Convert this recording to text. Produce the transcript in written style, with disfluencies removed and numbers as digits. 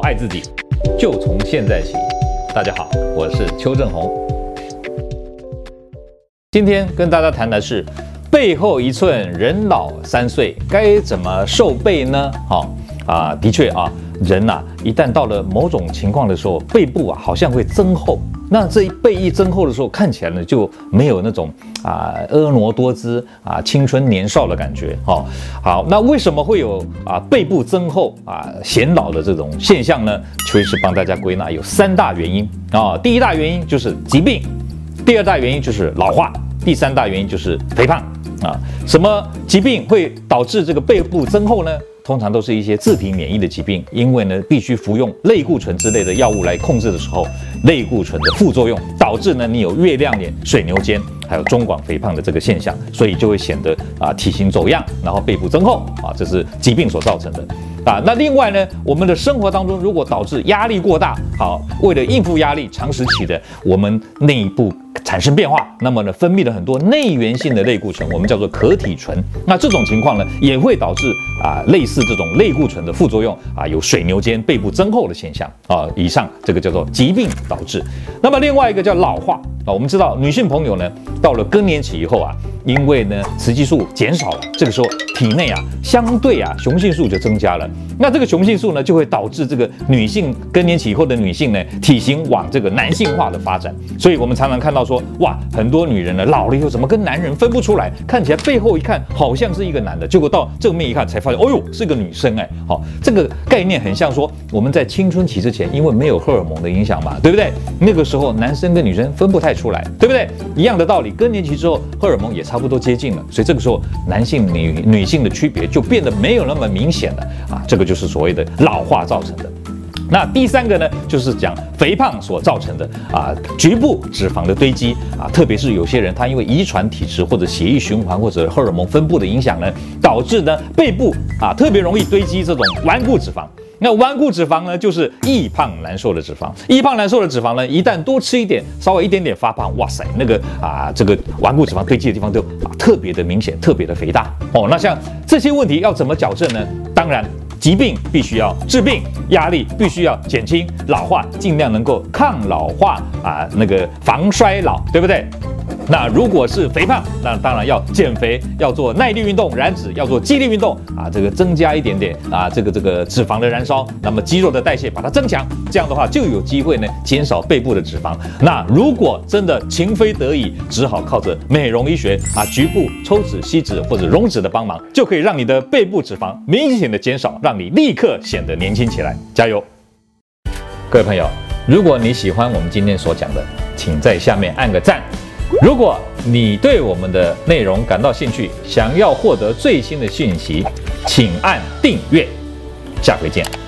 爱自己，就从现在起。大家好，我是邱正宏。今天跟大家谈的是背后一寸，人老3岁，该怎么瘦背呢？的确啊，人啊，一旦到了某种情况的时候，背部啊好像会增厚。那这一背一增厚的时候，看起来呢就没有那种婀娜多姿青春年少的感觉。好，那为什么会有背部增厚显老的这种现象呢？其实帮大家归纳有3大原因第一大原因就是疾病，第二大原因就是老化，第3大原因就是肥胖什么疾病会导致这个背部增厚呢？通常都是一些自体免疫的疾病，因为呢必须服用类固醇之类的药物来控制的时候，类固醇的副作用导致呢你有月亮脸、水牛肩，还有中广肥胖的这个现象，所以就会显得体型走样，然后背部增厚这是疾病所造成的那另外呢，我们的生活当中如果导致压力过大，为了应付压力，长时期的我们内部产生变化，那么呢分泌了很多内源性的类固醇，我们叫做可体醇。那这种情况呢也会导致类似这种类固醇的副作用有水牛肩、背部增厚的现象以上这个叫做疾病导致。那么另外一个叫老化我们知道女性朋友呢到了更年期以后因为呢雌激素减少了，这个时候体内相对雄性素就增加了。那这个雄性素呢就会导致这个女性更年期以后的女性呢体型往这个男性化的发展。所以我们常常看到说很多女人呢老了以后怎么跟男人分不出来，看起来背后一看好像是一个男的，结果到正面一看才发现是个女生这个概念很像说我们在青春期之前因为没有荷尔蒙的影响嘛，对不对？那个时候男生跟女生分不太出来，对不对？一样的道理，更年期之后荷尔蒙也差不多接近了，所以这个时候男性女性的区别就变得没有那么明显了这个就是所谓的老化造成的。那第3个呢，就是讲肥胖所造成的局部脂肪的堆积特别是有些人他因为遗传体质或者血液循环或者荷尔蒙分布的影响呢，导致呢背部特别容易堆积这种顽固脂肪。那顽固脂肪呢，就是易胖难瘦的脂肪。易胖难瘦的脂肪呢，一旦多吃一点，稍微一点点发胖，哇塞，那个这个顽固脂肪堆积的地方就特别的明显，特别的肥大那像这些问题要怎么矫正呢？当然，疾病必须要治病，压力必须要减轻，老化尽量能够抗老化那个防衰老，对不对？那如果是肥胖，那当然要减肥，要做耐力运动、燃脂，要做肌力运动这个增加一点点这个脂肪的燃烧，那么肌肉的代谢把它增强，这样的话就有机会呢减少背部的脂肪。那如果真的情非得已，只好靠着美容医学局部抽脂、吸脂或者溶脂的帮忙，就可以让你的背部脂肪明显的减少，让你立刻显得年轻起来。加油！各位朋友，如果你喜欢我们今天所讲的，请在下面按个赞。如果你对我们的内容感到兴趣，想要获得最新的讯息，请按订阅。下回见。